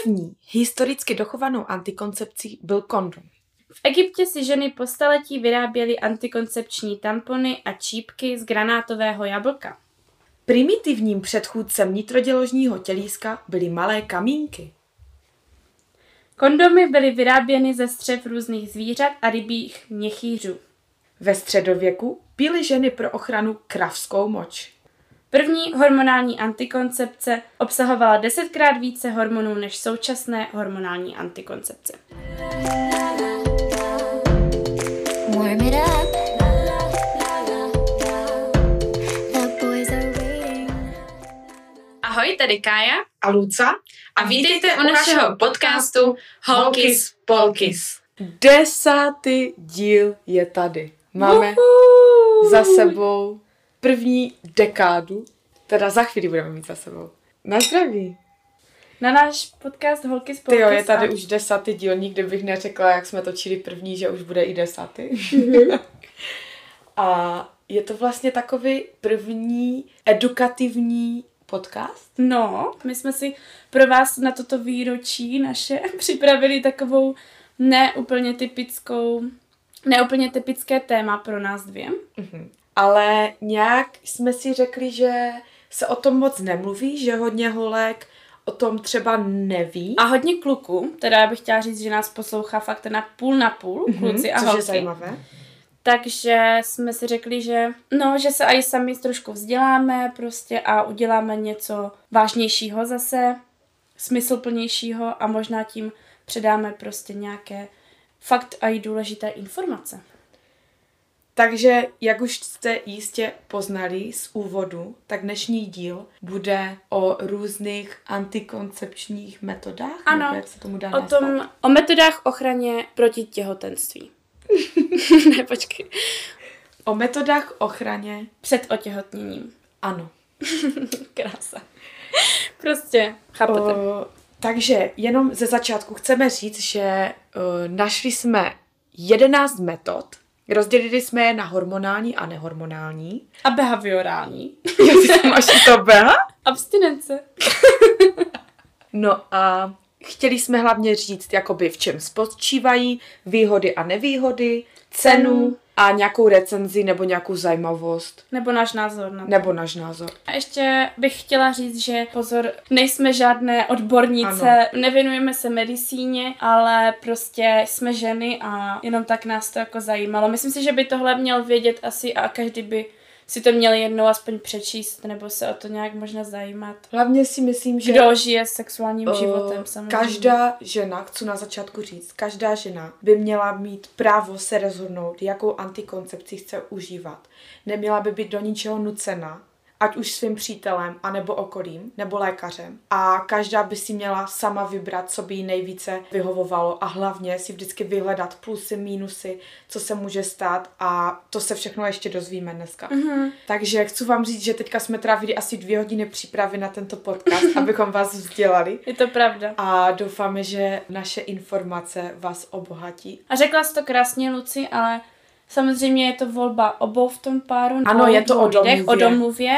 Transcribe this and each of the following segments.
První historicky dochovanou antikoncepcí byl kondom. V Egyptě si ženy po staletí vyráběly antikoncepční tampony a čípky z granátového jablka. Primitivním předchůdcem nitroděložního tělíska byly malé kamínky. Kondomy byly vyráběny ze střev různých zvířat a rybích měchýřů. Ve středověku pily ženy pro ochranu kravskou moč. První hormonální antikoncepce obsahovala 10krát více hormonů než současné hormonální antikoncepce. Warm it up. Ahoj, tady Kája A Luca. a vítejte u našeho podcastu Holkis Polkis. 10. díl je tady. Máme za sebou první dekádu, teda za chvíli budeme mít za sebou. Na zdraví. Na náš podcast Holkis Polkis. Tyjo, je tady už 10. díl, nikdy bych neřekla, jak jsme točili první, že už bude i 10. A je to vlastně takový první edukativní podcast. No, my jsme si pro vás na toto výročí naše připravili takovou neúplně typické téma pro nás dvě. Ale nějak jsme si řekli, že se o tom moc nemluví, že hodně holek o tom třeba neví. A hodně kluků, teda já bych chtěla říct, že nás poslouchá fakt na půl, kluci a holky. Což je zajímavé. Takže jsme si řekli, že se i sami trošku vzděláme prostě a uděláme něco vážnějšího zase, smysluplnějšího a možná tím předáme prostě nějaké fakt a i důležité informace. Takže, jak už jste jistě poznali z úvodu, tak dnešní díl bude o různých antikoncepčních metodách. Ano, nebo jak se tomu dá nazvat? o metodách ochraně proti těhotenství. Ne, počkej. O metodách ochraně Před otěhotněním. Ano. Krása. Prostě, chápete. Takže jenom ze začátku chceme říct, že našli jsme 11 metod, rozdělili jsme je na hormonální a nehormonální. A behaviorální. Jo, ty máš i to beha? Abstinence. No a chtěli jsme hlavně říct, jakoby v čem spočívají, výhody a nevýhody, cenu a nějakou recenzi nebo nějakou zajímavost. Nebo náš názor na to. Nebo náš názor. A ještě bych chtěla říct, že pozor, nejsme žádné odbornice, ano. Nevěnujeme se medicíně, ale prostě jsme ženy a jenom tak nás to jako zajímalo. Myslím si, že by tohle měl vědět asi a každý by si to měl jednou aspoň přečíst, nebo se o to nějak možná zajímat. Hlavně si myslím, že kdo žije sexuálním životem samozřejmě. Každá žena, chci na začátku říct, každá žena by měla mít právo se rozhodnout, jakou antikoncepci chce užívat. Neměla by být do ničeho nucena, ať už svým přítelem, anebo okolím, nebo lékařem. A každá by si měla sama vybrat, co by jí nejvíce vyhovovalo a hlavně si vždycky vyhledat plusy, mínusy, co se může stát a to se všechno ještě dozvíme dneska. Takže chci vám říct, že teďka jsme trávili asi 2 hodiny přípravy na tento podcast, abychom vás vzdělali. Je to pravda. A doufáme, že naše informace vás obohatí. A řekla jsi to krásně, Luci, ale samozřejmě je to volba obou v tom páru. Ano, je to o domluvě,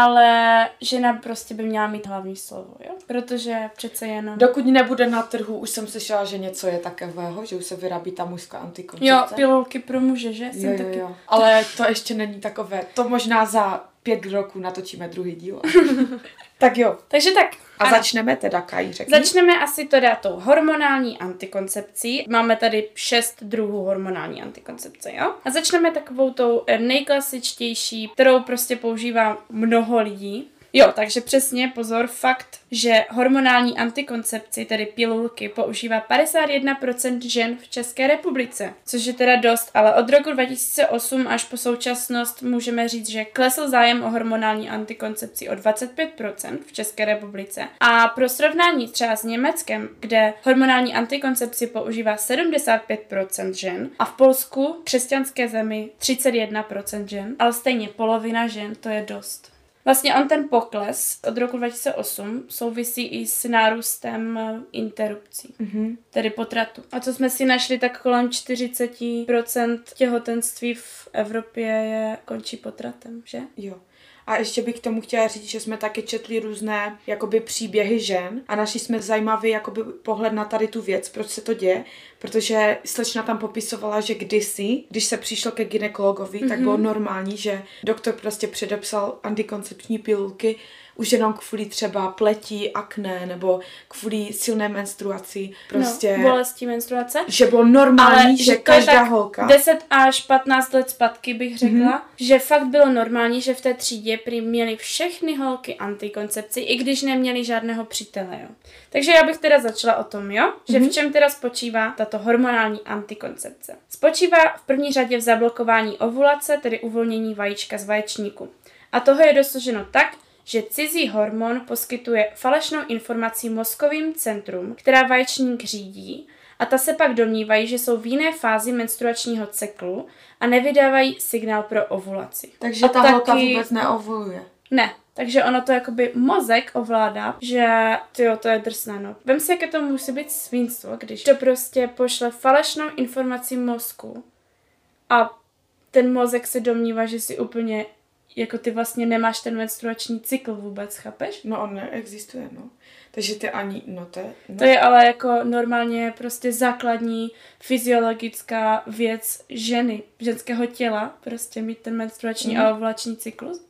ale žena prostě by měla mít hlavní slovo, jo? Protože přece jenom... Dokud nebude na trhu, už jsem slyšela, že něco je takového, že už se vyrábí ta mužská antikoncepce. Jo, pilulky pro muže, že? Jo. Ale to ještě není takové. To možná za 5 roků natočíme druhý díl. Tak jo. Takže tak. A začneme teda, Kaj, řekni. Začneme asi teda tou hormonální antikoncepcí. Máme tady 6 druhů hormonální antikoncepce, jo? A začneme takovou tou nejklasičtější, kterou prostě používá mnoho lidí. Jo, takže přesně, pozor, fakt, že hormonální antikoncepci, tedy pilulky, používá 51% žen v České republice. Což je teda dost, ale od roku 2008 až po současnost můžeme říct, že klesl zájem o hormonální antikoncepci o 25% v České republice. A pro srovnání třeba s Německem, kde hormonální antikoncepci používá 75% žen a v Polsku, křesťanské zemi, 31% žen, ale stejně polovina žen, to je dost. Vlastně on ten pokles od roku 2008 souvisí i s nárůstem interrupcí, tedy potratu. A co jsme si našli, tak kolem 40% těhotenství v Evropě končí potratem, že? Jo. A ještě bych k tomu chtěla říct, že jsme taky četli různé jakoby příběhy žen a našli jsme zajímavý jakoby pohled na tady tu věc, proč se to děje, protože slečna tam popisovala, že kdysi, když se přišlo ke gynekologovi, tak bylo normální, že doktor prostě předepsal antikoncepční pilulky už jenom kvůli třeba pletí, akné nebo kvůli silné menstruaci. Prostě bolesti menstruace. Že bylo normální, že každá holka 10 až 15 let zpátky bych řekla, že fakt bylo normální, že v té třídě měly všechny holky antikoncepci, i když neměly žádného přítele, jo. Takže já bych teda začala o tom, jo, že v čem teda spočívá tato hormonální antikoncepce. Spočívá v první řadě v zablokování ovulace, tedy uvolnění vajíčka z vaječníku. A toho je dosaženo tak, že cizí hormon poskytuje falešnou informaci mozkovým centrum, která vaječník řídí, a ta se pak domnívají, že jsou v jiné fázi menstruačního cyklu a nevydávají signál pro ovulaci. Takže ta holka vůbec neovuluje. Ne, takže ono to jakoby mozek ovládá, že tyjo, to je drsné, no. Vem si, jaké to musí být svinstvo, když to prostě pošle falešnou informaci mozku a ten mozek se domnívá, že si úplně jako ty vlastně nemáš ten menstruační cykl vůbec, chápeš? No on neexistuje, no. Takže ty ani, To je ale jako normálně prostě základní fyziologická věc ženy, ženského těla, prostě mít ten menstruační a ovulační cyklus.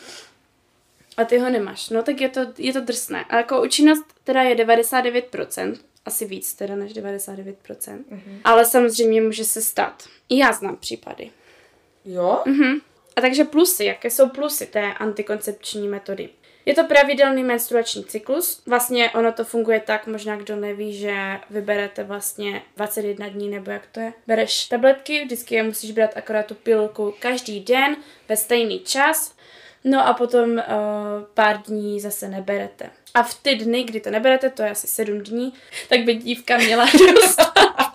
A ty ho nemáš, no tak je to drsné. A jako účinnost teda je 99%, asi víc teda než 99%. Ale samozřejmě může se stát. I já znám případy. Jo? A takže plusy, jaké jsou plusy té antikoncepční metody? Je to pravidelný menstruační cyklus. Vlastně ono to funguje tak, možná kdo neví, že vyberete vlastně 21 dní, nebo jak to je. Bereš tabletky, vždycky je musíš brát akorát tu pilulku každý den ve stejný čas. No a potom pár dní zase neberete. A v ty dny, kdy to neberete, to je asi 7 dní, tak by dívka měla dostat.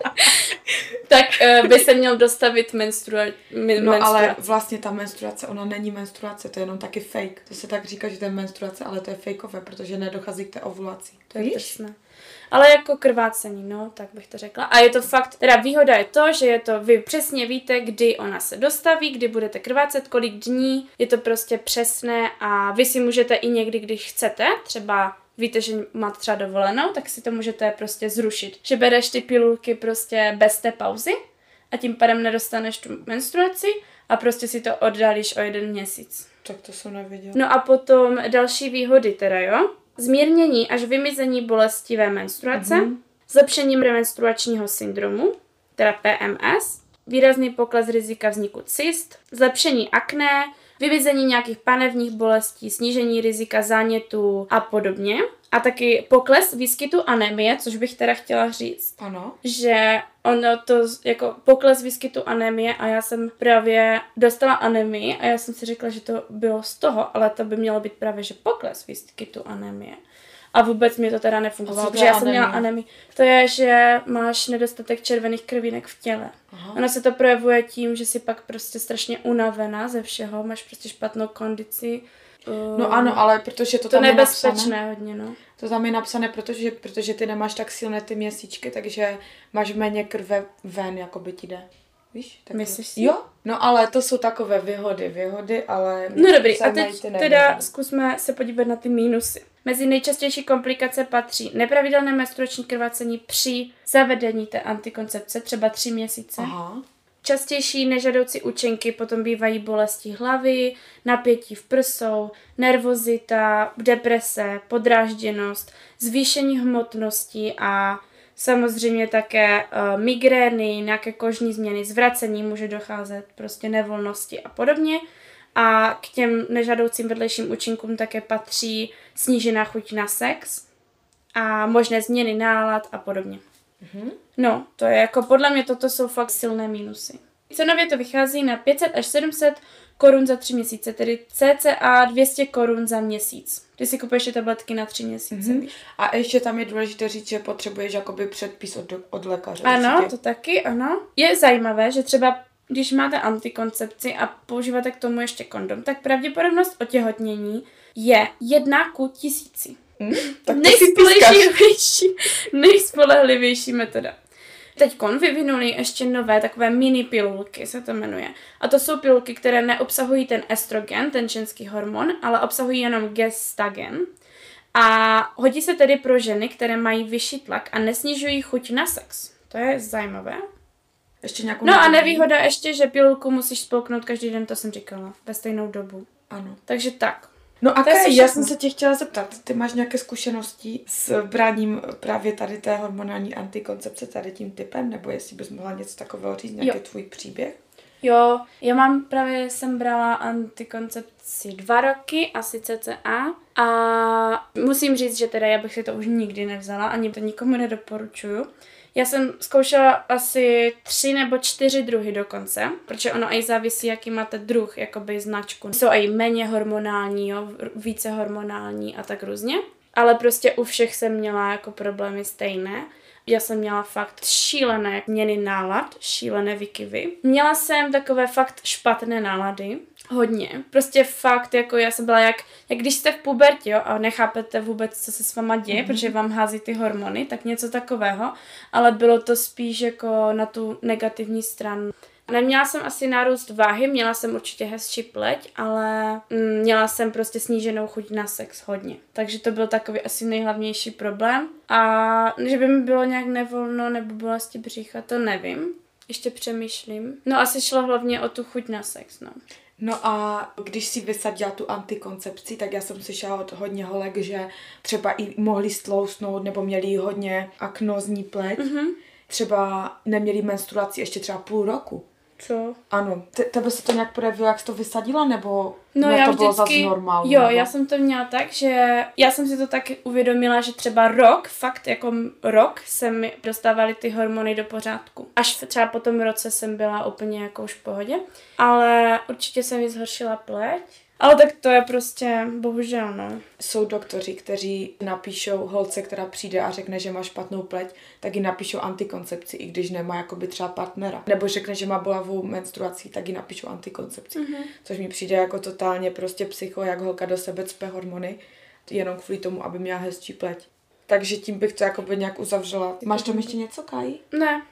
Tak by se měl dostavit menstruaci. Ale vlastně ta menstruace, ona není menstruace, to je jenom taky fake. To se tak říká, že to je menstruace, ale to je fakeové, protože nedochází k té ovulaci. To je drsné. Ale jako krvácení, no, tak bych to řekla. A je to fakt, teda výhoda je to, že je to, vy přesně víte, kdy ona se dostaví, kdy budete krvácet, kolik dní, je to prostě přesné a vy si můžete i někdy, když chcete, třeba víte, že máte třeba dovolenou, tak si to můžete prostě zrušit. Že bereš ty pilulky prostě bez té pauzy a tím pádem nedostaneš tu menstruaci a prostě si to oddálíš o 1 měsíc. Tak to jsem nevěděla. No a potom další výhody teda, jo? Zmírnění až vymizení bolestivé menstruace, zlepšení premenstruačního syndromu, teda PMS, výrazný pokles rizika vzniku cyst, zlepšení akné, vymizení nějakých panevních bolestí, snížení rizika zánětů a podobně. A taky pokles výskytu anémie, což bych teda chtěla říct. Ano. Že ono to jako pokles výskytu anémie a já jsem právě dostala anémii a já jsem si řekla, že to bylo z toho, ale to by mělo být právě, že pokles výskytu anémie. A vůbec mi to teda nefungovalo, protože já jsem měla anémii. To je, že máš nedostatek červených krvinek v těle. Aha. Ono se to projevuje tím, že jsi pak prostě strašně unavená ze všeho, máš prostě špatnou kondici. No ano, ale protože to tam je nebezpečné hodně, no. To tam je napsané, protože ty nemáš tak silné ty měsíčky, takže máš méně krve ven, jako by ti jde. Víš? Myslíš si? Jo, no ale to jsou takové výhody, ale... No dobrý, a teď teda zkusme se podívat na ty mínusy. Mezi nejčastější komplikace patří nepravidelné menstruační krvácení při zavedení té antikoncepce, třeba 3 měsíce. Aha. Častější nežadoucí účinky potom bývají bolesti hlavy, napětí v prsou, nervozita, deprese, podrážděnost, zvýšení hmotnosti a samozřejmě také migrény, nějaké kožní změny, zvracení může docházet, prostě nevolnosti a podobně. A k těm nežadoucím vedlejším účinkům také patří snížená chuť na sex a možné změny nálad a podobně. No, to je jako podle mě toto jsou fakt silné mínusy. Cenově to vychází na 500 až 700 korun za 3 měsíce, tedy cca 200 korun za měsíc. Ty si kupuješ ty tabletky na 3 měsíce. A ještě tam je důležité říct, že potřebuješ jakoby předpis od lékaře. Ano, určitě. to taky, ano. Je zajímavé, že třeba když máte antikoncepci a používáte k tomu ještě kondom, tak pravděpodobnost otěhotnění je 1:1000. Tak Nejspolehlivější metoda. Teďkon vyvinuli ještě nové takové mini pilulky, se to jmenuje. A to jsou pilulky, které neobsahují ten estrogen, ten ženský hormon, ale obsahují jenom gestagen. A hodí se tedy pro ženy, které mají vyšší tlak a nesnižují chuť na sex. To je zajímavé. Ještě nějakou No a nevýhoda ještě, že pilulku musíš spolknout každý den, to jsem říkala, ve stejnou dobu. Ano. Takže tak. No a já jsem se tě chtěla zeptat, ty máš nějaké zkušenosti s bráním právě tady té hormonální antikoncepce tady tím typem, nebo jestli bys mohla něco takového říct, nějaký tvůj příběh? Jo, jsem brala antikoncepci 2 roky, asi cca. A musím říct, že teda já bych si to už nikdy nevzala, ani to nikomu nedoporučuju. Já jsem zkoušela asi 3 nebo 4 druhy dokonce, protože ono i závisí, jaký máte druh, jakoby značku. Jsou i méně hormonální, jo, více hormonální a tak různě. Ale prostě u všech jsem měla jako problémy stejné. Já jsem měla fakt šílené měny nálad, šílené výkyvy. Měla jsem takové fakt špatné nálady, hodně. Prostě fakt, jako já jsem byla jak když jste v pubertě, jo, a nechápete vůbec, co se s váma děje, protože vám hází ty hormony, tak něco takového. Ale bylo to spíš jako na tu negativní stranu. Neměla jsem asi nárůst váhy, měla jsem určitě hezčí pleť, ale měla jsem prostě sníženou chuť na sex hodně. Takže to byl takový asi nejhlavnější problém. A že by mi bylo nějak nevolno nebo bolesti břicha, to nevím. Ještě přemýšlím. No asi šlo hlavně o tu chuť na sex, no. No a když si vysadila tu antikoncepci, tak já jsem slyšela od hodně holek, že třeba i mohli stlousnout nebo měli hodně aknózní pleť. Třeba neměli menstruaci ještě třeba půl roku. Co? Ano. Tebe se to nějak projevilo, jak jsi to vysadila, nebo já to vždycky, bylo zase normální? Jo, nebo? já jsem to měla tak, že já jsem si to tak uvědomila, že třeba rok, fakt jako rok se mi dostávaly ty hormony do pořádku. Až třeba po tom roce jsem byla úplně jako už v pohodě. Ale určitě se mi zhoršila pleť. Ale tak to je prostě, bohužel, no. Jsou doktoři, kteří napíšou holce, která přijde a řekne, že má špatnou pleť, tak ji napíšou antikoncepci, i když nemá jakoby třeba partnera. Nebo řekne, že má bolavou menstruaci, tak ji napíšou antikoncepci. Což mi přijde jako totálně prostě psycho, jak holka do sebe cpe hormony, jenom kvůli tomu, aby měla hezčí pleť. Takže tím bych to jakoby nějak uzavřela. Máš tam ještě něco, Káji? Ne.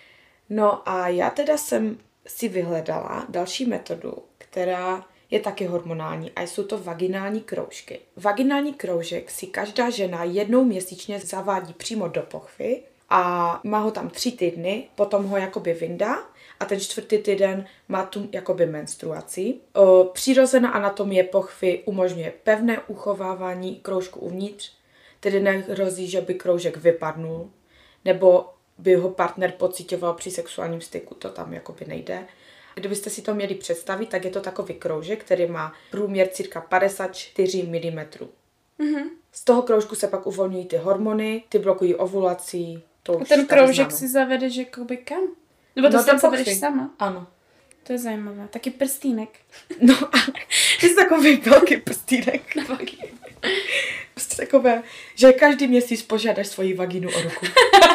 No a já teda jsem si vyhledala další metodu, která je taky hormonální a jsou to vaginální kroužky. Vaginální kroužek si každá žena jednou měsíčně zavádí přímo do pochvy a má ho tam 3 týdny, potom ho jakoby vyndá a ten 4. týden má tu jakoby menstruaci. Přirozená anatomie pochvy umožňuje pevné uchovávání kroužku uvnitř, tedy nehrozí, že by kroužek vypadnul, nebo by ho partner pocitoval při sexuálním styku, to tam jakoby nejde. Kdybyste si to měli představit, tak je to takový kroužek, který má průměr cirka 54 mm. Z toho kroužku se pak uvolňují ty hormony, ty blokují ovulaci. A ten kroužek si zavedeš jakoby kam? Nebo to si zavedeš sama? Ano. To je zajímavé. Taky prstýnek. No a ty jsi takový velký prstýnek. Prostě takové, že každý měsíc požádáš svoji vagínu o ruku.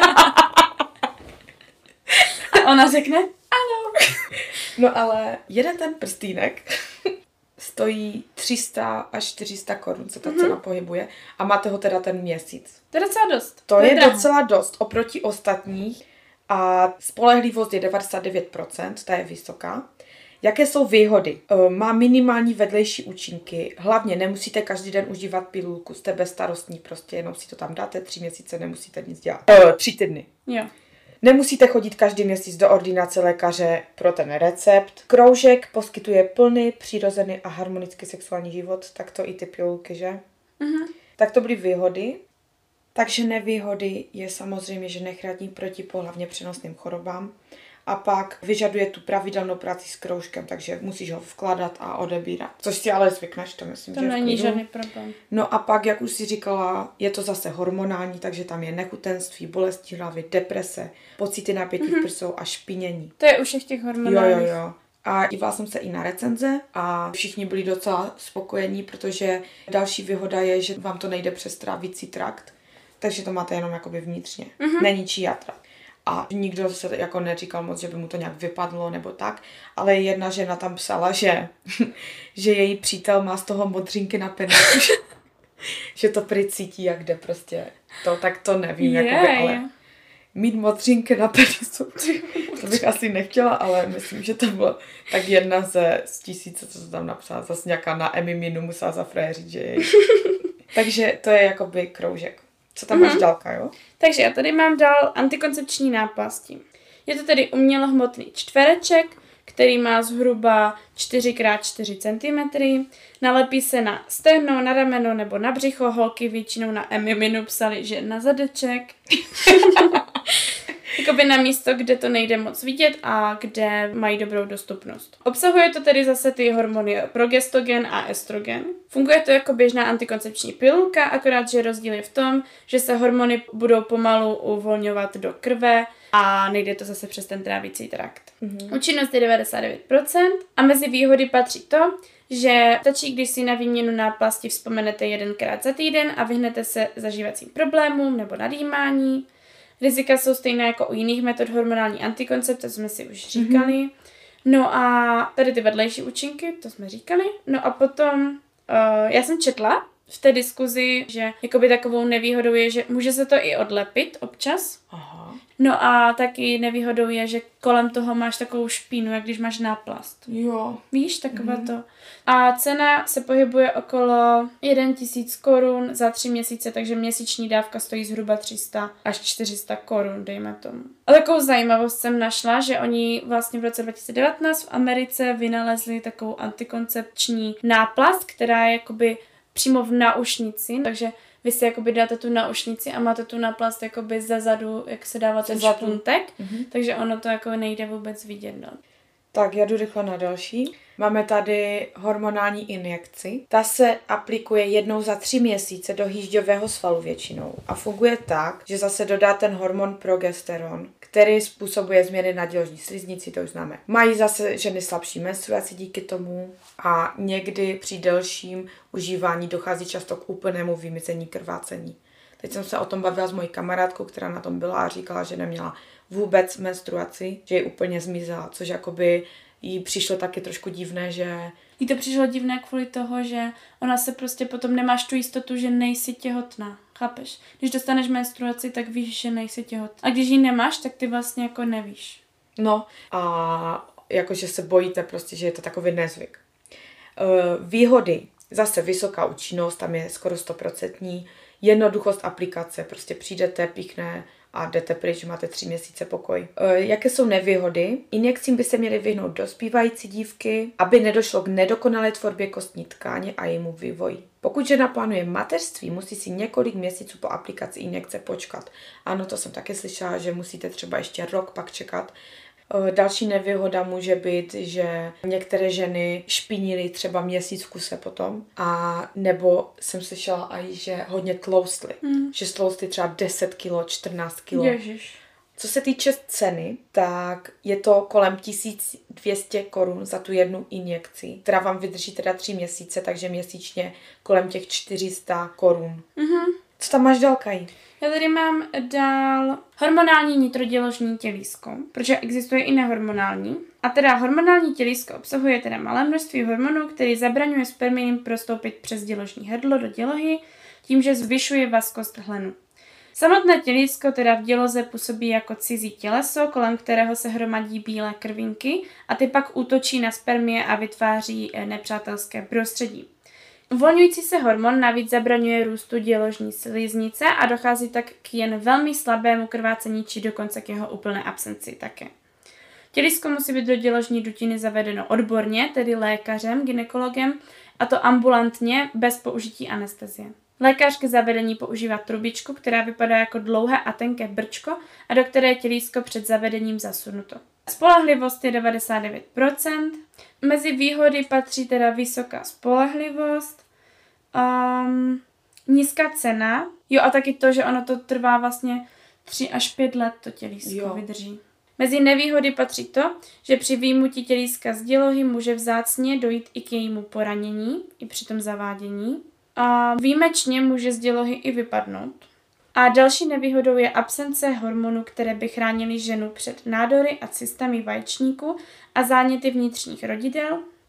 A ona řekne? Ano. No ale jeden ten prstýnek stojí 300 až 400 korun, se ta cena pohybuje a máte ho teda ten měsíc. To je docela dost. To je docela dost oproti ostatních a spolehlivost je 99%, ta je vysoká. Jaké jsou výhody? Má minimální vedlejší účinky, hlavně nemusíte každý den užívat pilulku, jste bezstarostní, prostě jenom si to tam dáte, 3 měsíce nemusíte nic dělat. 3 týdny. Jo. Nemusíte chodit každý měsíc do ordinace lékaře pro ten recept. Kroužek poskytuje plný, přirozený a harmonický sexuální život, tak to i ty pilulky, že? Tak to byly výhody. Takže nevýhody je samozřejmě, že nechrání proti pohlavně přenosným chorobám a pak vyžaduje tu pravidelnou práci s kroužkem, takže musíš ho vkládat a odebírat. Což si ale zvykneš, to myslím, to že není žádný problém. No a pak, jak už si říkala, je to zase hormonální, takže tam je nechutenství, bolesti hlavy, deprese, pocity napětí v prsou a špinění. To je u všech těch hormonálních. Jo. A dívala jsem se i na recenze a všichni byli docela spokojení, protože další výhoda je, že vám to nejde přes trávicí trakt, takže to máte jenom jakoby vnitřně. Není čiatra. A nikdo se jako neříkal moc, že by mu to nějak vypadlo nebo tak, ale jedna žena tam psala, že její přítel má z toho modřinky na peněku, že to prý cítí, jak jde prostě to, tak to nevím, jakoby, ale mít modřínky na penisu. To bych asi nechtěla, ale myslím, že to bylo tak jedna z tisíce, co se tam napsala. Zase nějaká na Emiminu musela zafrajeřit, že je. Takže to je jakoby kroužek. Co tam máš dálka, jo? Takže já tady mám dál antikoncepční náplasti. Je to tedy umělohmotný čtvereček, který má zhruba 4x4 cm. Nalepí se na stehno, na rameno nebo na břicho. Holky většinou na Emiminu psali, že na zadeček. Jakoby na místo, kde to nejde moc vidět a kde mají dobrou dostupnost. Obsahuje to tedy zase ty hormony progestogen a estrogen. Funguje to jako běžná antikoncepční pilulka, akorát, že rozdíl je v tom, že se hormony budou pomalu uvolňovat do krve a nejde to zase přes ten trávicí trakt. Účinnost je 99% a mezi výhody patří to, že stačí, když si na výměnu náplasti vzpomenete 1krát za týden a vyhnete se zažívacím problémům nebo nadýmání. Rizika jsou stejná jako u jiných metod hormonální antikoncepce, to jsme si už říkali. No a tady ty vedlejší účinky, to jsme říkali. No a potom, já jsem četla v té diskuzi, že jakoby takovou nevýhodou je, že může se to i odlepit občas. Aha. No a taky nevýhodou je, že kolem toho máš takovou špínu, jak když máš náplast. Jo. Víš, taková to. A cena se pohybuje okolo 1000 korun za 3 měsíce, takže měsíční dávka stojí zhruba 300 až 400 korun, dejme tomu. A takovou zajímavost jsem našla, že oni vlastně v roce 2019 v Americe vynalezli takovou antikoncepční náplast, která je jakoby přímo v náušnici, takže vy si jakoby dáte tu náušnici a máte tu náplast jakoby zezadu, jak se dává ten špuntek, takže ono to jako nejde vůbec vidět. No. Tak, já jdu rychle na další. Máme tady hormonální injekci. Ta se aplikuje jednou za 3 měsíce do hýžďového svalu většinou a funguje tak, že zase dodá ten hormon progesteron, který způsobuje změny na děložní sliznici, to už známe. Mají zase ženy slabší menstruaci díky tomu a někdy při delším užívání dochází často k úplnému vymizení krvácení. Teď jsem se o tom bavila s mojí kamarádkou, která na tom byla a říkala, že neměla vůbec menstruaci, že ji úplně zmizela, což jakoby jí přišlo taky trošku divné, že... Jí to přišlo divné kvůli toho, že ona se prostě potom nemáš tu jistotu, že nejsi těhotná. Chápeš? Když dostaneš menstruaci, tak víš, že nejsi těhotná. A když ji nemáš, tak ty vlastně jako nevíš. No a jakože se bojíte prostě, že je to takový nezvyk. Výhody. Zase vysoká účinnost, tam je skoro 100%. Jednoduchost aplikace, prostě přijdete, píchne a jdete pryč, máte 3 měsíce pokoj. Jaké jsou nevýhody? Injekcím by se měly vyhnout dospívající dívky, aby nedošlo k nedokonalé tvorbě kostní tkáně a jejímu vývoji. Pokud žena plánuje mateřství, musí si několik měsíců po aplikaci injekce počkat. Ano, to jsem také slyšela, že musíte třeba ještě rok pak čekat. Další nevýhoda může být, že některé ženy špinily třeba měsíc v kuse potom a nebo jsem slyšela i, že hodně tloustly. Že tloustly třeba 10 kg, 14 kg. Ježiš. Co se týče ceny, tak je to kolem 1200 korun za tu jednu injekci, která vám vydrží teda 3 měsíce, takže měsíčně kolem těch 400 korun. Co tam máš dál, Kaji? Já tady mám dál hormonální nitroděložní tělísko, protože existuje i nehormonální. A teda hormonální tělísko obsahuje teda malé množství hormonů, který zabraňuje spermím prostoupit přes děložní hrdlo do dělohy, tím, že zvyšuje vazkost hlenu. Samotné tělísko teda v děloze působí jako cizí těleso, kolem kterého se hromadí bílé krvinky a ty pak útočí na spermie a vytváří nepřátelské prostředí. Uvolňující se hormon navíc zabraňuje růstu děložní sliznice a dochází tak k jen velmi slabému krvácení či dokonce k jeho úplné absenci také. Tělísko musí být do děložní dutiny zavedeno odborně, tedy lékařem, gynekologem, a to ambulantně bez použití anestezie. Lékař k zavedení používá trubičku, která vypadá jako dlouhé a tenké brčko a do které je tělísko před zavedením zasunuto. Spolehlivost je 99%. Mezi výhody patří teda vysoká spolehlivost, nízká cena, jo a taky to, že ono to trvá vlastně 3 až 5 let to tělísko vydrží. Mezi nevýhody patří to, že při výjimutí tělíska z dělohy může vzácně dojít i k jejímu poranění, i při tom zavádění. A výjimečně může z dělohy i vypadnout. A další nevýhodou je absence hormonů, které by chránily ženu před nádory a cystami vaječníku a záněty vnitřních rodidel.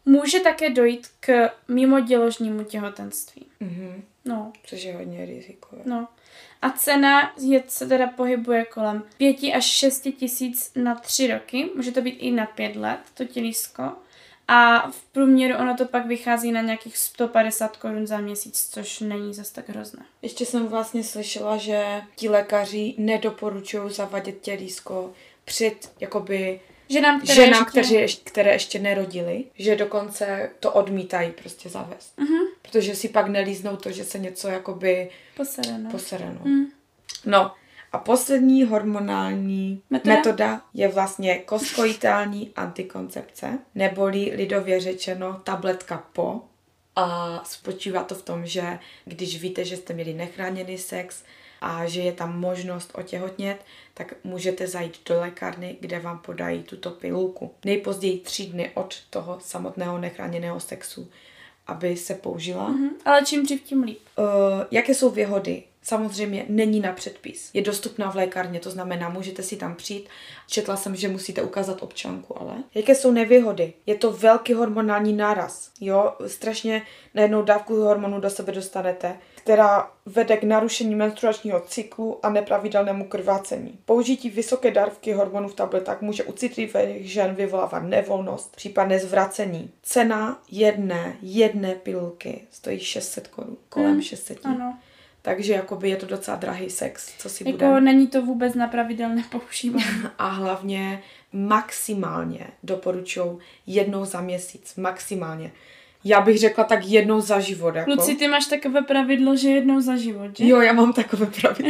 může také dojít k mimoděložnímu těhotenství. No. Což je hodně rizikové. No. A cena se teda pohybuje kolem 5 až 6 tisíc na 3 roky. Může to být i na 5 let, to tělísko. A v průměru ono to pak vychází na nějakých 150 korun za měsíc, což není zas tak hrozné. Ještě jsem vlastně slyšela, že ti lékaři nedoporučují zavadět tělísko před jakoby ženám, které ještě nerodily, že dokonce to odmítají prostě zavést. Protože si pak nelíznou to, že se něco jakoby posereno. No a poslední hormonální metoda je vlastně kostkoitální antikoncepce, neboli lidově řečeno tabletka po. A spočívá to v tom, že když víte, že jste měli nechráněný sex a že je tam možnost otěhotnět, tak můžete zajít do lékárny, kde vám podají tuto pilulku. Nejpozději 3 dny od toho samotného nechráněného sexu, aby se použila. Ale čím dřív, tím líp. Jaké jsou výhody? Samozřejmě není na předpis. Je dostupná v lékárně, to znamená, můžete si tam přijít. Četla jsem, že musíte ukázat občanku, ale... Jaké jsou nevýhody? Je to velký hormonální náraz. Jo, strašně najednou dávku hormonů do sebe dostanete, která vede k narušení menstruačního cyklu a nepravidelnému krvácení. Použití vysoké dávky hormonů v tabletách může u citlivých žen vyvolávat nevolnost, případně zvracení. Cena jedné pilulky stojí 600 korun, kolem 600. Ano. Takže jakoby je to docela drahý sex, co si jako není to vůbec na pravidelné používání. A hlavně maximálně doporučují jednou za měsíc. Maximálně. Já bych řekla tak jednou za život. Jako. Luci, ty máš takové pravidlo, že jednou za život, že? Jo, já mám takové pravidlo.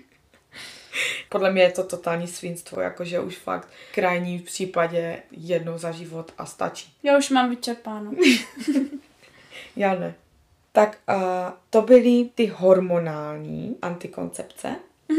Podle mě je to totální svinstvo, jakože už fakt v krajním případě jednou za život a stačí. Já už mám vyčerpáno. Já ne. Tak to byly ty hormonální antikoncepce.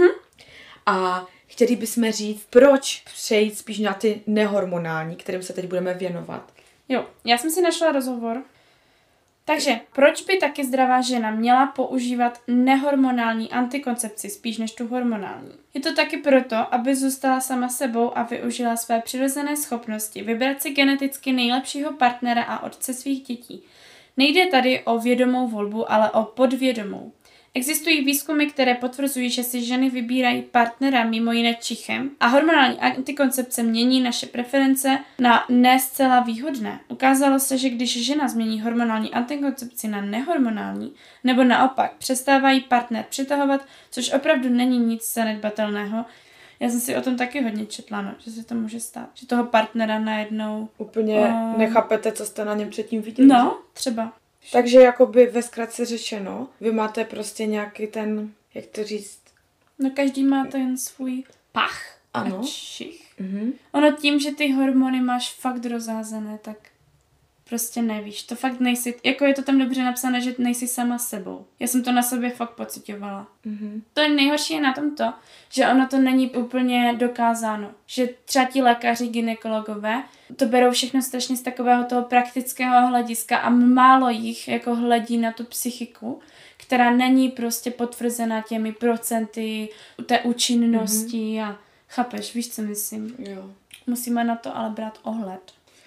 A chtěli bychom říct, proč přejít spíš na ty nehormonální, kterým se teď budeme věnovat. Jo, já jsem si našla rozhovor. Takže, proč by taky zdravá žena měla používat nehormonální antikoncepci spíš než tu hormonální? Je to taky proto, aby zůstala sama sebou a využila své přirozené schopnosti vybrat si geneticky nejlepšího partnera a otce svých dětí. Nejde tady o vědomou volbu, ale o podvědomou. Existují výzkumy, které potvrzují, že si ženy vybírají partnera mimo jiné čichem a hormonální antikoncepce mění naše preference na ne zcela výhodné. Ukázalo se, že když žena změní hormonální antikoncepci na nehormonální, nebo naopak přestávají partner přitahovat, což opravdu není nic zanedbatelného. Já jsem si o tom taky hodně četla, no, že se to může stát. Že toho partnera najednou... Úplně nechápete, co jste na něm předtím viděli. No, třeba. Takže jakoby ve zkratce řečeno, vy máte prostě nějaký ten, jak to říct? No každý má ten svůj pach. Ano. A čich. Ono tím, že ty hormony máš fakt rozházené, tak prostě nevíš. To fakt nejsi, jako je to tam dobře napsané, že nejsi sama sebou. Já jsem to na sobě fakt pocitovala. To nejhorší je na tom to, že ono to není úplně dokázáno. Že třeba ti lékaři, gynekologové, to berou všechno strašně z takového toho praktického hlediska a málo jich jako hledí na tu psychiku, která není prostě potvrzena těmi procenty té účinnosti a chápeš, víš, co myslím? Jo. Musíme na to ale brát ohled.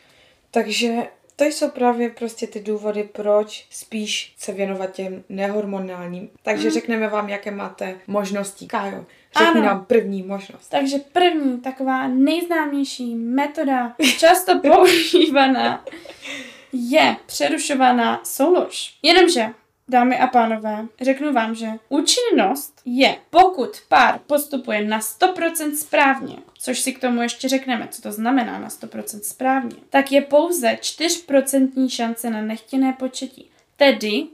Takže to jsou právě prostě ty důvody, proč spíš se věnovat těm nehormonálním. Takže řekneme vám, jaké máte možnosti. Kájo, řekni nám první možnost. Takže první taková nejznámější metoda, často používaná, je přerušovaná soulož. Jenomže, dámy a pánové, řeknu vám, že účinnost je, pokud pár postupuje na 100% správně, což si k tomu ještě řekneme, co to znamená na 100% správně, tak je pouze 4% šance na nechtěné početí. Tedy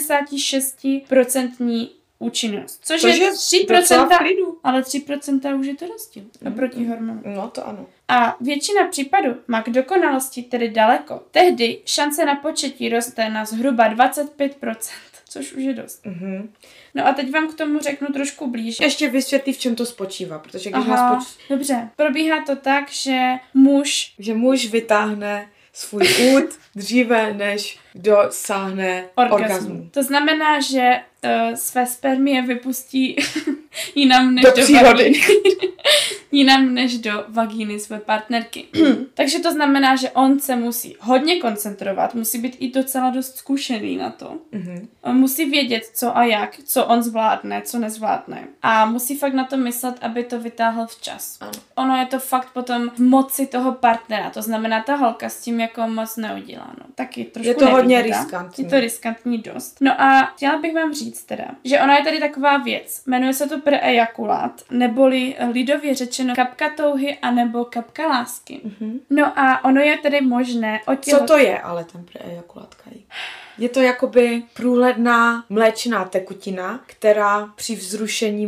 96% účinnost. Což je 3%, ale 3% už je to rozdíl oproti hormonu. No to ano. A většina případů má k dokonalosti tedy daleko. Tehdy šance na početí roste na zhruba 25%, což už je dost. No a teď vám k tomu řeknu trošku blíž. Ještě vysvětlí, v čem to spočívá, protože když dobře. Probíhá to tak, že muž vytáhne svůj úd dříve, než dosáhne orgazmu. To znamená, že své spermie vypustí jinam než do přírody. jinam než do vagíny své partnerky. Takže to znamená, že on se musí hodně koncentrovat, musí být i docela dost zkušený na to. On musí vědět, co a jak, co on zvládne, co nezvládne. A musí fakt na to myslet, aby to vytáhl včas. Ano. Ono je to fakt potom v moci toho partnera, to znamená, ta holka s tím jako moc neudělá. No. Taky trošku je to hodně nevýhoda. riskantní. Je to riskantní dost. No a chtěla bych vám říct teda, že ona je tady taková věc, jmenuje se to preejakulát, neboli lidově řečeno kapka touhy anebo kapka lásky. No a ono je tedy možné Co to je ale ten preejakulát, Kaji? Je to jakoby průhledná mléčná tekutina, která při vzrušení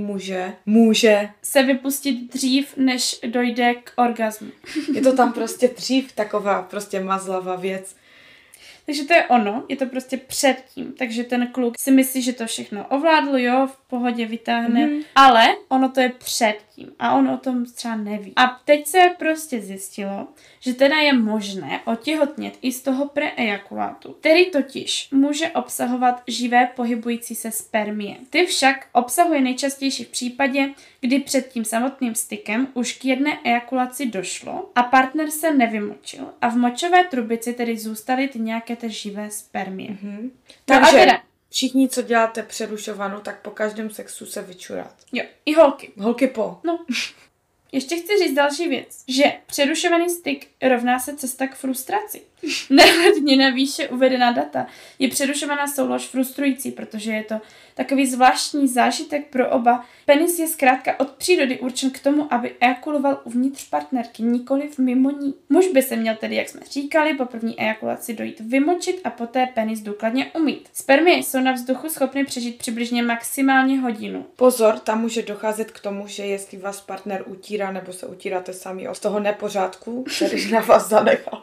může se vypustit dřív, než dojde k orgazmu. Je to tam prostě dřív taková prostě mazlavá věc. Takže to je ono, je to prostě předtím. Takže ten kluk si myslí, že to všechno ovládl, jo, v pohodě vytáhne, ale ono to je předtím a on o tom třeba neví. A teď se prostě zjistilo, že teda je možné otěhotnět i z toho preejakulátu, který totiž může obsahovat živé pohybující se spermie. Ty však obsahuje nejčastější v případě, kdy před tím samotným stykem už k jedné ejakulaci došlo a partner se nevymočil a v močové trubici tedy zůstaly ty nějaké ty živé spermie. Takže teda, všichni, co děláte přerušovanou, tak po každém sexu se vyčurat. jo, i holky. Holky po. No. Ještě chci říct další věc, že přerušovaný styk rovná se cesta k frustraci. Nehledně na výše uvedená data je přerušovaná soulož frustrující, protože je to takový zvláštní zážitek pro oba. Penis je zkrátka od přírody určen k tomu, aby ejakuloval uvnitř partnerky, nikoliv mimo ní. Muž by se měl tedy, jak jsme říkali, po první ejakulaci dojít vymočit a poté penis důkladně umýt. Spermie jsou na vzduchu schopny přežít přibližně maximálně hodinu. Pozor, tam může docházet k tomu, že jestli vás partner utírá nebo se utíráte sami z toho nepořádku, který na vás zanechal,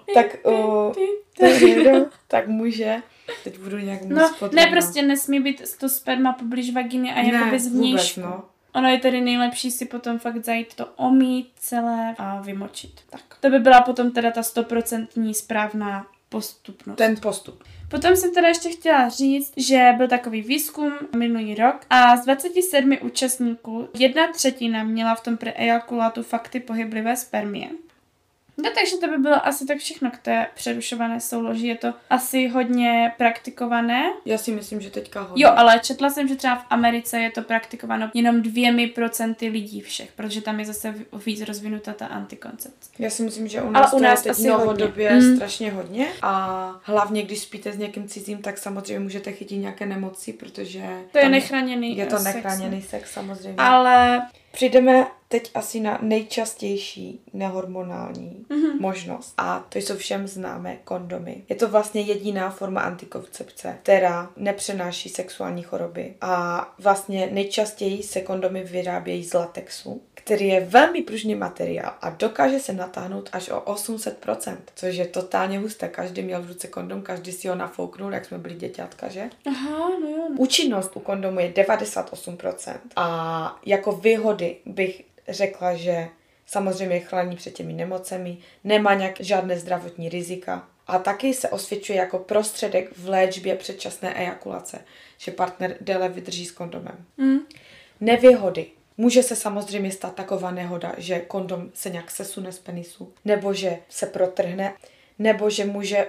tak může. Teď budu nějak moc ne, prostě nesmí být to sperma poblíž vagíny a jakoby zvnějšku. No. Ono je tedy nejlepší si potom fakt zajít to omít celé a vymočit. Tak. To by byla potom teda ta 100% správná postupnost. Ten postup. Potom jsem teda ještě chtěla říct, že byl takový výzkum minulý rok a z 27 účastníků 1/3 měla v tom preejakulátu fakty pohyblivé spermie. No takže to by bylo asi tak všechno k té přerušované souloži. Je to asi hodně praktikované. Já si myslím, že teďka hodně. Jo, ale četla jsem, že třeba v Americe je to praktikováno jenom 2% lidí všech, protože tam je zase víc rozvinutá ta antikoncepce. Já si myslím, že u nás to je teď novodobě strašně hodně a hlavně, když spíte s někým cizím, tak samozřejmě můžete chytit nějaké nemoci, protože to je nechráněný je to nechráněný sex samozřejmě. Ale přijdeme teď asi na nejčastější nehormonální možnost a to jsou všem známé kondomy. Je to vlastně jediná forma antikoncepce, která nepřenáší sexuální choroby a vlastně nejčastěji se kondomy vyrábějí z latexu, který je velmi pružný materiál a dokáže se natáhnout až o 800%, což je totálně husté. Každý měl v ruce kondom, každý si ho nafouknul, jak jsme byli děťátka, že? Aha, no jo. Účinnost u kondomu je 98% a jako výhody bych řekla, že samozřejmě chrání před těmi nemocemi, nemá žádné zdravotní rizika a taky se osvědčuje jako prostředek v léčbě předčasné ejakulace, že partner déle vydrží s kondomem. Nevýhody. Může se samozřejmě stát taková nehoda, že kondom se nějak sesune z penisu, nebo že se protrhne, nebo že může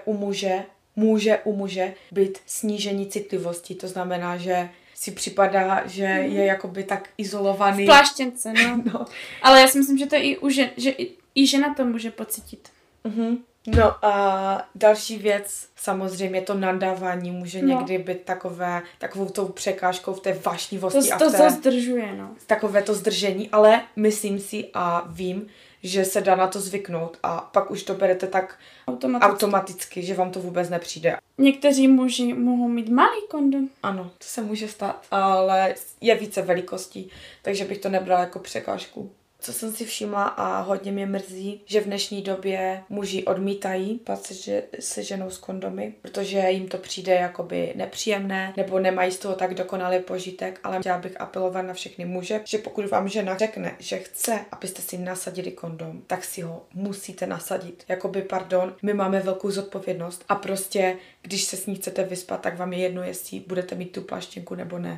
u muže být snížení citlivosti, to znamená, že si připadá, že je jakoby tak izolovaný. V pláštěnce, no. Ale já si myslím, že to je i u žen, že i žena to může pocítit. No a další věc, samozřejmě to nadávání může někdy být takovou tou překážkou v té vášnivosti to zdržuje, no. Takové to zdržení, ale myslím si a vím, že se dá na to zvyknout a pak už to berete tak automaticky, že vám to vůbec nepřijde. Někteří muži mohou mít malý kondom. Ano, to se může stát, ale je více velikostí, takže bych to nebrala jako překážku. Co jsem si všimla a hodně mě mrzí, že v dnešní době muži odmítají patřit se ženou s kondomy, protože jim to přijde jakoby nepříjemné nebo nemají z toho tak dokonalý požitek, ale chtěla bych apelovat na všechny muže, že pokud vám žena řekne, že chce, abyste si nasadili kondom, tak si ho musíte nasadit. Jakoby pardon, my máme velkou zodpovědnost a prostě, když se s ní chcete vyspat, tak vám je jedno, jestli budete mít tu pláštěnku nebo ne.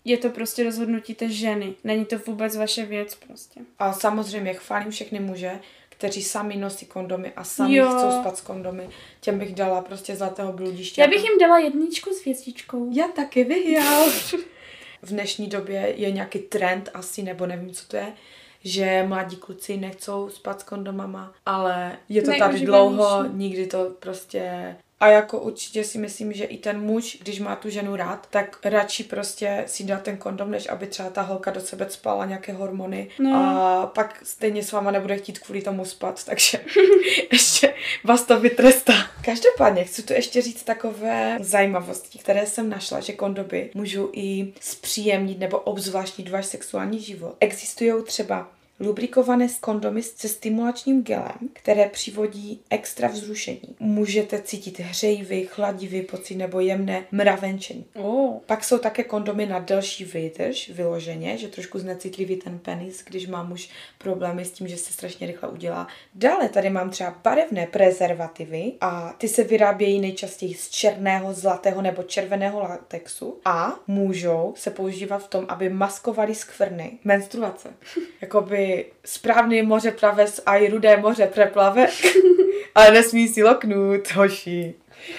je to prostě rozhodnutí té ženy. Není to vůbec vaše věc prostě. A samozřejmě chválím všechny muže, kteří sami nosí kondomy a sami chcou spát s kondomy. Těm bych dala prostě zlatého bludiště. Já bych jim dala 1 s hvězdičkou. Já taky bych, já. V dnešní době je nějaký trend asi, nebo nevím, co to je, že mladí kluci nechcou spát s kondomama, ale je to tady dlouho, nikdy to prostě... A jako určitě si myslím, že i ten muž, když má tu ženu rád, tak radši prostě si dá ten kondom, než aby třeba ta holka do sebe spala nějaké hormony a pak stejně s váma nebude chtít kvůli tomu spát, takže ještě vás to vytrestá. Každopádně chci tu ještě říct takové zajímavosti, které jsem našla, že kondomy můžou i zpříjemnit nebo obzvláštnit váš sexuální život. Existují třeba lubrikované kondomy se stimulačním gelem, které přivodí extra vzrušení. Můžete cítit hřejivý, chladivý pocit nebo jemné mravenčení. Pak jsou také kondomy na delší výdrž, vyloženě, že trošku znecitlivý ten penis, když má muž problémy s tím, že se strašně rychle udělá. Dále tady mám třeba barevné prezervativy a ty se vyrábějí nejčastěji z černého, zlatého nebo červeného latexu a můžou se používat v tom, aby maskovali skvrny. Menstruace. Jakoby správný mořeplavec a i rudé moře preplave, ale nesmí si loknout, hoši.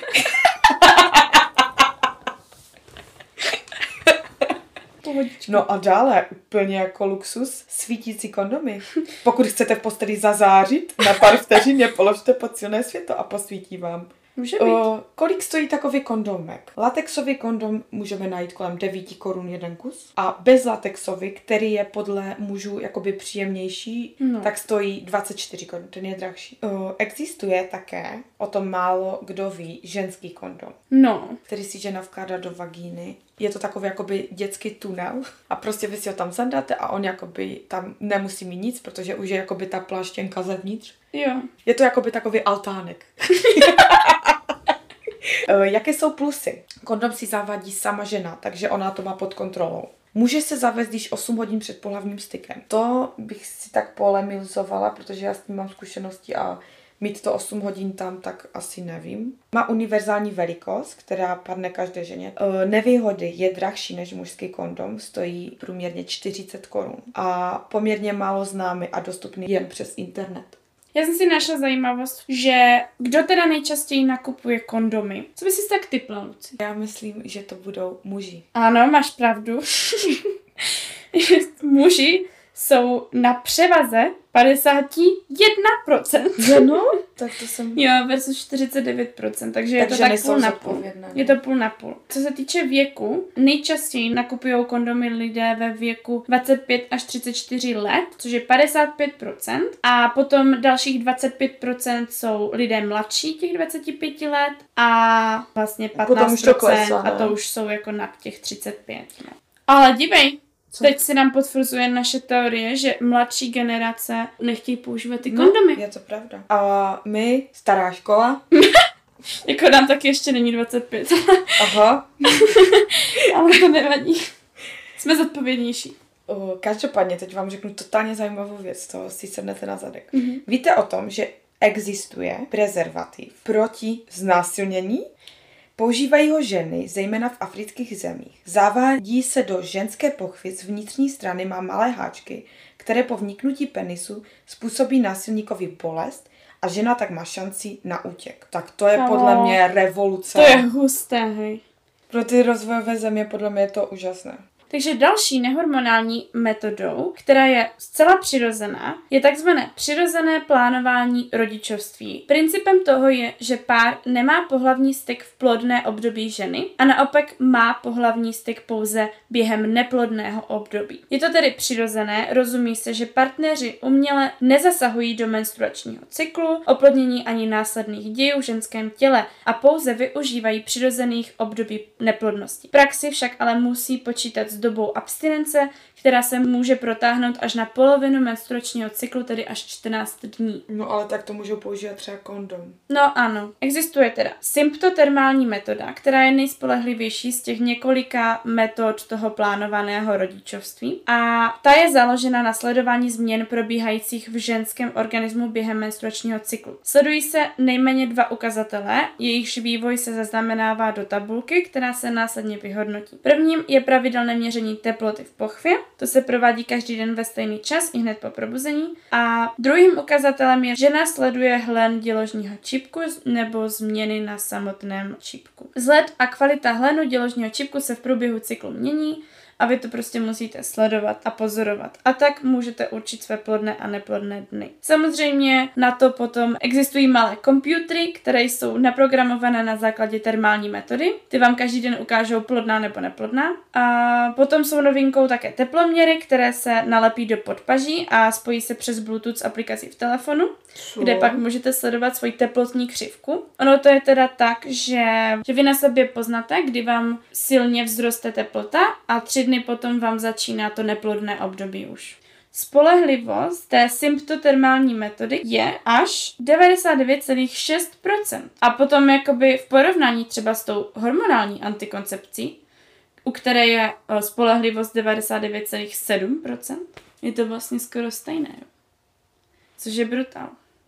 No a dále, úplně jako luxus, svítící kondomy. Pokud chcete v posteli zazářit, na pár vteřin je položte pod silné světlo a posvítí vám. Může být. Kolik stojí takový kondomek? Latexový kondom můžeme najít kolem 9 korun jeden kus a bezlatexový, který je podle mužů jakoby příjemnější, tak stojí 24 korun, ten je drahší. Existuje také, o tom málo kdo ví, ženský kondom, který si žena vkládá do vagíny. Je to takový jakoby dětský tunel a prostě vy si ho tam zandáte a on jakoby tam nemusí mít nic, protože už je jakoby ta pláštěnka zevnitř. Jo. Je to jakoby takový altánek. Jaké jsou plusy? Kondom si zavadí sama žena, takže ona to má pod kontrolou. Může se zavést když 8 hodin před pohlavním stykem. To bych si tak polemizovala, protože já s tím mám zkušenosti a mít to 8 hodin tam, tak asi nevím. Má univerzální velikost, která padne každé ženě. Nevýhody je drahší než mužský kondom, stojí průměrně 40 korun. A poměrně málo známý a dostupný jen přes internet. Já jsem si našla zajímavost, že kdo teda nejčastěji nakupuje kondomy? Co by si tak tipla, Luci? Já myslím, že to budou muži. Ano, máš pravdu. Muži jsou na převaze 51%. No, tak to jsem... Jo, versus 49%, takže je to tak půl na půl. Je to půl na půl. Co se týče věku, nejčastěji nakupují kondomy lidé ve věku 25 až 34 let, což je 55%. A potom dalších 25% jsou lidé mladší těch 25 let a vlastně 15% a to už jsou jako nad těch 35. No. Ale dívej, teď se nám potvrzuje naše teorie, že mladší generace nechtějí používat ty kondomy. Je to pravda. A my, stará škola... Jako nám taky ještě není 25. Aha. Ale to nevadí. Jsme zodpovědnější. Každopádně, teď vám řeknu totálně zajímavou věc, to si sednete na zadek. Víte o tom, že existuje prezervativ proti znásilnění? Používají ho ženy, zejména v afrických zemích. Zavádí se do ženské pochvy z vnitřní strany, má malé háčky, které po vniknutí penisu způsobí násilníkovi bolest a žena tak má šanci na útěk. Tak to je podle mě revoluce. To je husté, hej. Pro ty rozvojové země podle mě je to úžasné. Takže další nehormonální metodou, která je zcela přirozená, je takzvané přirozené plánování rodičovství. Principem toho je, že pár nemá pohlavní styk v plodné období ženy a naopak má pohlavní styk pouze během neplodného období. Je to tedy přirozené, rozumí se, že partneři uměle nezasahují do menstruačního cyklu, oplodnění ani následných dějů v ženském těle a pouze využívají přirozených období neplodnosti. V praxi však ale musí počítat s dobou abstinence, která se může protáhnout až na polovinu menstruačního cyklu, tedy až 14 dní. No ale tak to můžou používat třeba kondom. No ano, existuje teda symptotermální metoda, která je nejspolehlivější z těch několika metod toho plánovaného rodičovství a ta je založena na sledování změn probíhajících v ženském organismu během menstruačního cyklu. Sledují se nejméně 2 ukazatele, jejichž vývoj se zaznamenává do tabulky, která se následně vyhodnotí. Prvním je pravidelné měření teploty v pochvě, to se provádí každý den ve stejný čas i hned po probuzení. A druhým ukazatelem je, žena sleduje hlen děložního čípku nebo změny na samotném čípku. Vzhled a kvalita hlenu děložního čípku se v průběhu cyklu mění a vy to prostě musíte sledovat a pozorovat. A tak můžete určit své plodné a neplodné dny. Samozřejmě na to potom existují malé komputery, které jsou naprogramované na základě termální metody. Ty vám každý den ukážou plodná nebo neplodná. A potom jsou novinkou také teploměry, které se nalepí do podpaží a spojí se přes Bluetooth s aplikací v telefonu, kde pak můžete sledovat svoji teplotní křivku. Ono to je teda tak, že vy na sobě poznáte, kdy vám silně vzroste teplota a 3 dny potom vám začíná to neplodné období už. Spolehlivost té symptotermální metody je až 99,6%. A potom jakoby v porovnání třeba s tou hormonální antikoncepcí, u které je spolehlivost 99,7%, je to vlastně skoro stejné. Jo. Což je brutál.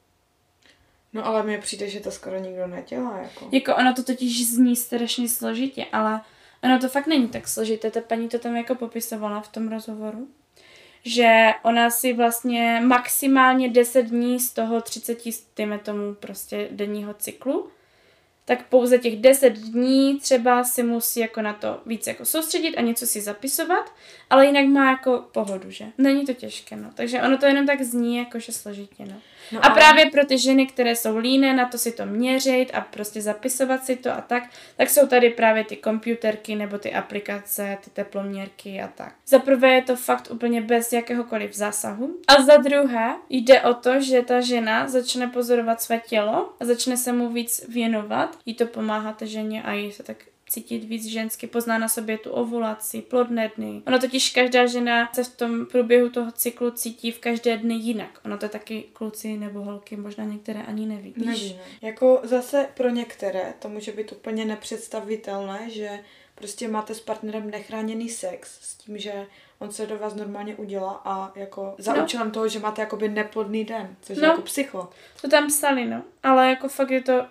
No ale mně přijde, že to skoro nikdo nedělá. Jako ono to totiž zní strašně složitě, ale ono to fakt není tak složité. Ta paní to tam jako popisovala v tom rozhovoru, že ona si vlastně maximálně 10 dní z toho 30, dejme tomu prostě denního cyklu, tak pouze těch 10 dní třeba si musí jako na to víc jako soustředit a něco si zapisovat, ale jinak má jako pohodu, že? Není to těžké, no. Takže ono to jenom tak zní jakože složitě, no. A právě pro ty ženy, které jsou líné na to si to měřit a prostě zapisovat si to a tak jsou tady právě ty komputerky nebo ty aplikace, ty teploměrky a tak. Za prvé je to fakt úplně bez jakéhokoliv zásahu. A za druhé jde o to, že ta žena začne pozorovat své tělo a začne se mu víc věnovat. Jí to pomáhá té ženě a jí se tak cítit víc žensky, pozná na sobě tu ovulaci, plodné dny. Ono totiž každá žena se v tom průběhu toho cyklu cítí v každé dny jinak. Ono to taky kluci nebo holky možná některé ani neví. Neví, ne. Jako zase pro některé to může být úplně nepředstavitelné, že prostě máte s partnerem nechráněný sex s tím, že on se do vás normálně udělá a jako za účelem toho, že máte jakoby neplodný den, což je jako psycho. To tam psali, no. Ale jako fakt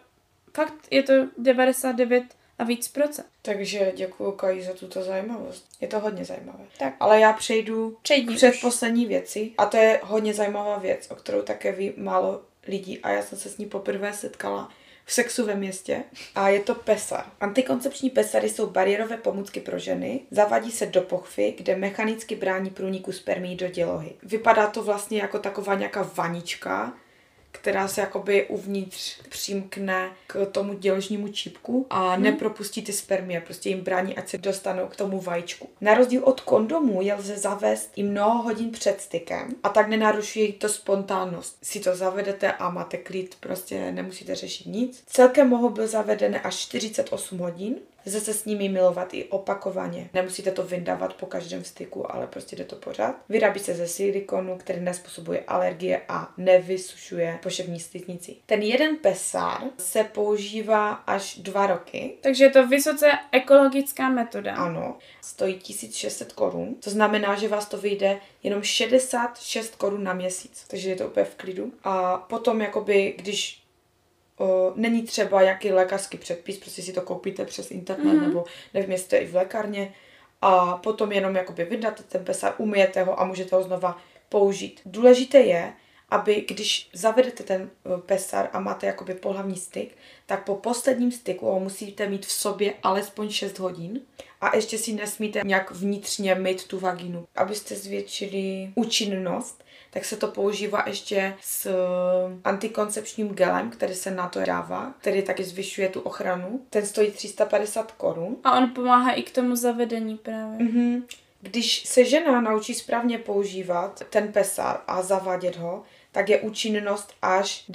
je to 99 a víc procent. Takže děkuju Kaji za tuto zajímavost. Je to hodně zajímavé. Tak. Ale já přejdu před poslední věci a to je hodně zajímavá věc, o kterou také ví málo lidí a já jsem se s ní poprvé setkala v Sexu ve městě a je to pesar. Antikoncepční pesary jsou bariérové pomůcky pro ženy, zavadí se do pochvy, kde mechanicky brání průniku spermií do dělohy. Vypadá to vlastně jako taková nějaká vanička, která se jakoby uvnitř přimkne k tomu děložnímu čípku a nepropustí ty spermie, prostě jim brání, ať se dostanou k tomu vajíčku. Na rozdíl od kondomů je lze zavést i mnoho hodin před stykem a tak nenarušuje to spontánnost. Si to zavedete a máte klid, prostě nemusíte řešit nic. Celkem mohou být zavedené až 48 hodin. Lze se s nimi milovat i opakovaně. Nemusíte to vyndávat po každém styku, ale prostě jde to pořád. Vyrábí se ze silikonu, který nezpůsobuje alergie a nevysušuje poševní sliznici. Ten jeden pesár se používá až 2 roky. Takže je to vysoce ekologická metoda. Ano. Stojí 1600 korun. To znamená, že vás to vyjde jenom 66 korun na měsíc. Takže je to úplně v klidu. A potom jakoby, když není třeba jaký lékařský předpis, prostě si to koupíte přes internet nebo nevím, jestli to je i v lékárně a potom jenom jakoby vydáte ten pesar, umyjete ho a můžete ho znova použít. Důležité je, aby když zavedete ten pesar a máte jakoby pohlavní styk, tak po posledním styku ho musíte mít v sobě alespoň 6 hodin a ještě si nesmíte nějak vnitřně myt tu vagínu. Abyste zvětšili účinnost, tak se to používá ještě s antikoncepčním gelem, který se na to dává, který taky zvyšuje tu ochranu. Ten stojí 350 korun. A on pomáhá i k tomu zavedení právě. Když se žena naučí správně používat ten pesar a zavádět ho, tak je účinnost až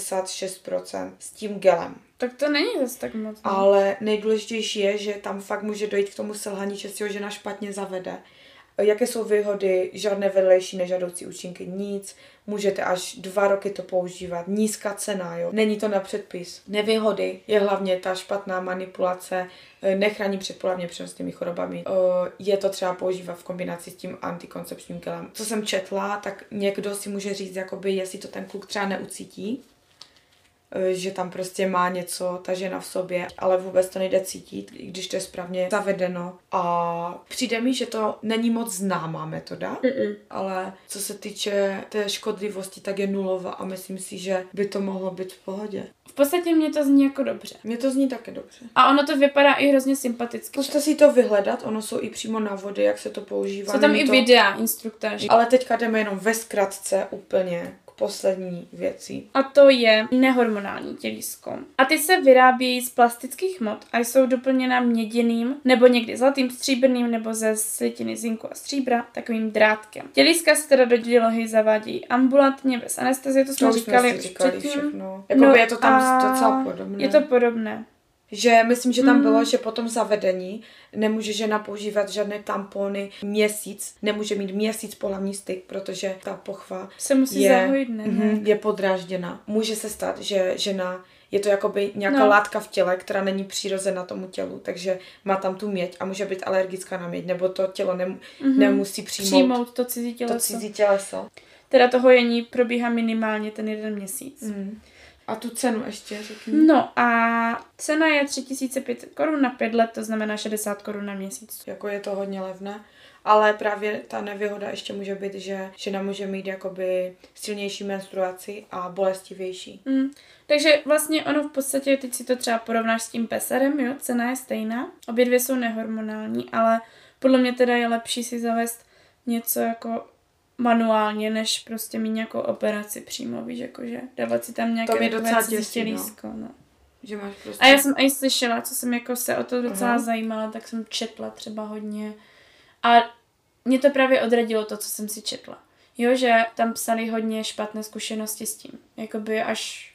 96% s tím gelem. Tak to není zase tak moc. Ale nejdůležitější je, že tam fakt může dojít k tomu selhání, že si ho žena špatně zavede. jaké jsou výhody, žádné vedlejší nežádoucí účinky, nic. Můžete až 2 roky to používat. Nízká cena, jo. Není to na předpis. Nevýhody je hlavně ta špatná manipulace, nechrání před pohlavně přenosnými chorobami. Je to třeba používat v kombinaci s tím antikoncepčním gelem. Co jsem četla, tak někdo si může říct, jakoby, jestli to ten kluk třeba neucítí, že tam prostě má něco ta žena v sobě, ale vůbec to nejde cítit, i když to je správně zavedeno. A přijde mi, že to není moc známá metoda, ale co se týče té škodlivosti, tak je nulová a myslím si, že by to mohlo být v pohodě. V podstatě mě to zní jako dobře. Mně to zní také dobře. A ono to vypadá i hrozně sympaticky. Zkuste si to vyhledat, ono jsou i přímo návody, jak se to používá. Jsou tam Není i to... videa, instruktáž. Ale teďka jdeme jenom ve zkratce úplně k poslední věci. A to je nehormonální tělísko. A ty se vyrábějí z plastických hmot a jsou doplněna měděným nebo někdy zlatým, stříbrným nebo ze slitiny zinku a stříbra takovým drátkem. Tělíska se teda do dělohy zavádějí ambulantně bez anestezie, to jsme říkali už předtím. Všechno. Jakoby je to tam docela podobné. Je to podobné. Že myslím, že tam bylo, že po tom zavedení nemůže žena používat žádné tampony měsíc, nemůže mít měsíc pohlavní styk, protože ta pochva se musí zahojit, ne? Je podrážděna. Může se stát, že žena je to jakoby nějaká látka v těle, která není přirozená tomu tělu, takže má tam tu měď a může být alergická na měď, nebo to tělo nemusí přijmout to cizí těleso. To cizí těleso. Teda to hojení probíhá minimálně ten 1 měsíc. A tu cenu ještě řekni. No a cena je 3500 korun na 5 let, to znamená 60 korun na měsíc. Jako je to hodně levné, ale právě ta nevýhoda ještě může být, že žena může mít jakoby silnější menstruaci a bolestivější. Takže vlastně ono v podstatě, teď si to třeba porovnáš s tím peserem, jo, cena je stejná, obě dvě jsou nehormonální, ale podle mě teda je lepší si zavést něco jako manuálně, než prostě mít nějakou operaci přímo, víš, jakože dávat si tam nějaké takové tělísko, no. Že máš prostě... A já jsem i slyšela, co jsem jako se o to docela zajímala, tak jsem četla třeba hodně a mě to právě odradilo to, co jsem si četla. Jo, že tam psali hodně špatné zkušenosti s tím, jakoby až...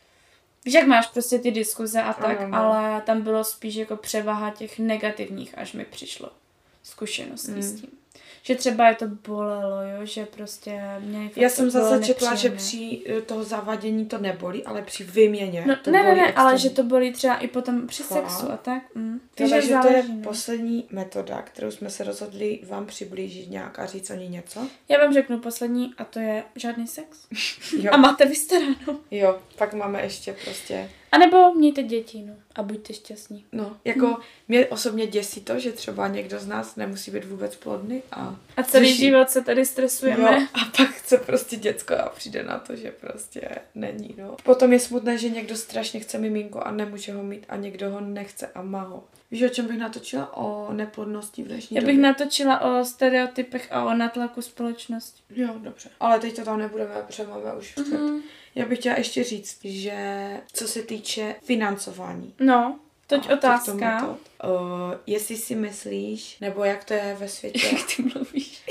Víš, jak máš prostě ty diskuze a tak, ale tam bylo spíš jako převaha těch negativních, až mi přišlo zkušeností s tím. Že třeba je to bolelo, jo, že prostě mě já jsem zase četla, že při toho zavadění to nebolí, ale při výměně no, to bolí extrémně. Ale že to bolí třeba i potom při sexu a tak. Takže to je poslední metoda, kterou jsme se rozhodli vám přiblížit nějak a říct o ní něco. Já vám řeknu poslední a to je žádný sex. A máte vystaráno. Jo, pak máme ještě prostě... A nebo mějte děti, no. A buďte šťastní. No, jako mě osobně děsí to, že třeba někdo z nás nemusí být vůbec plodný a celý život se tady stresujeme. Jo, a pak chce prostě děcko a přijde na to, že prostě není, no. Potom je smutné, že někdo strašně chce miminko a nemůže ho mít a někdo ho nechce a má ho. Víš, o čem bych natočila? O neplodnosti v dnešní době. Já bych natočila o stereotypech a o natlaku společnosti. Jo, dobře. Ale teď to tam nebudeme, protože máme už včet. Já bych chtěla ještě říct, že co se týče financování. No, toť otázka. Jestli si myslíš, nebo jak to je ve světě. Jak ty mluvíš?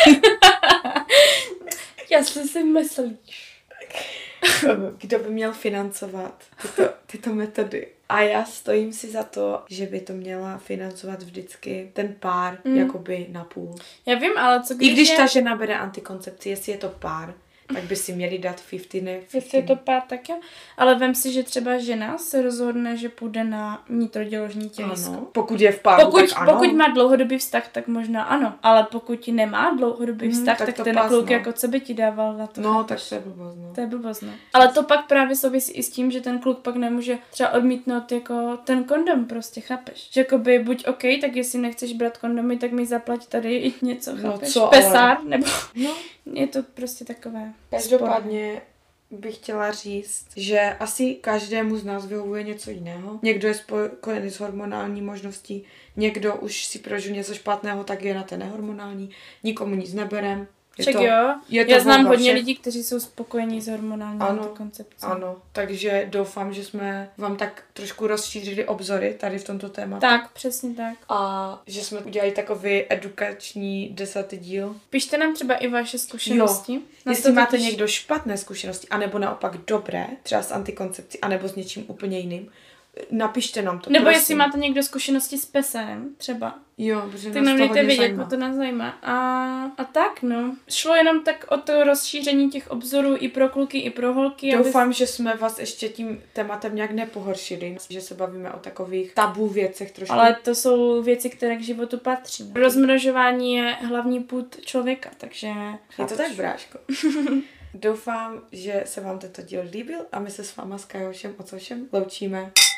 Jestli si myslíš. Kdo by měl financovat tyto metody. A já stojím si za to, že by to měla financovat vždycky ten pár jakoby na půl. Já vím, ale co když I když ta žena bere antikoncepci, jestli je to pár, tak by si měli dát 50, ne 50. Jestli je to pár, tak jo. Ale vem si, že třeba žena se rozhodne, že půjde na nitroděložní tělísko. Ano. Pokud je v páru, tak ano. Pokud má dlouhodobý vztah, tak možná ano. Ale pokud nemá dlouhodobý vztah, tak ten kluk jako co by ti dával na to? No, tak to je blbost, no. To je blbost, no. Ale to pak právě souvisí i s tím, že ten kluk pak nemůže třeba odmítnout jako ten kondom prostě, chápeš? Že jakoby buď OK, tak jestli nechceš brát kondomy, tak mi zaplať tady i něco, chápeš? No co, Pesár, ale... nebo... No. Je to prostě takové. Každopádně bych chtěla říct, že asi každému z nás vyhovuje něco jiného. Někdo je spokojený s hormonální možností, někdo už si prožil něco špatného, tak je na té nehormonální, nikomu nic neberem. Já znám hodně lidí, kteří jsou spokojení s hormonální antikoncepcí. Ano, takže doufám, že jsme vám tak trošku rozšířili obzory tady v tomto tématu. Tak, přesně tak. A že jsme udělali takový edukační 10. díl. Pište nám třeba i vaše zkušenosti. Jestli máte někdo špatné zkušenosti, anebo naopak dobré, třeba s antikoncepcí, anebo s něčím úplně jiným, napište nám to. Nebo prosím. jestli máte někdo zkušenosti s PESem, třeba. Jo, protože Tak nás nám to dejte hodně vědět, zajímá. to nás zajímá. A tak, no. Šlo jenom tak o to rozšíření těch obzorů i pro kluky, i pro holky. Doufám, že jsme vás ještě tím tématem nějak nepohoršili, že se bavíme o takových tabu věcech trošku. Ale to jsou věci, které k životu patří. Rozmnožování je hlavní pud člověka, takže... Je to tak, bráško. Doufám, že se vám tento díl líbil a my se s váma s Kajošem Ocoušem loučíme.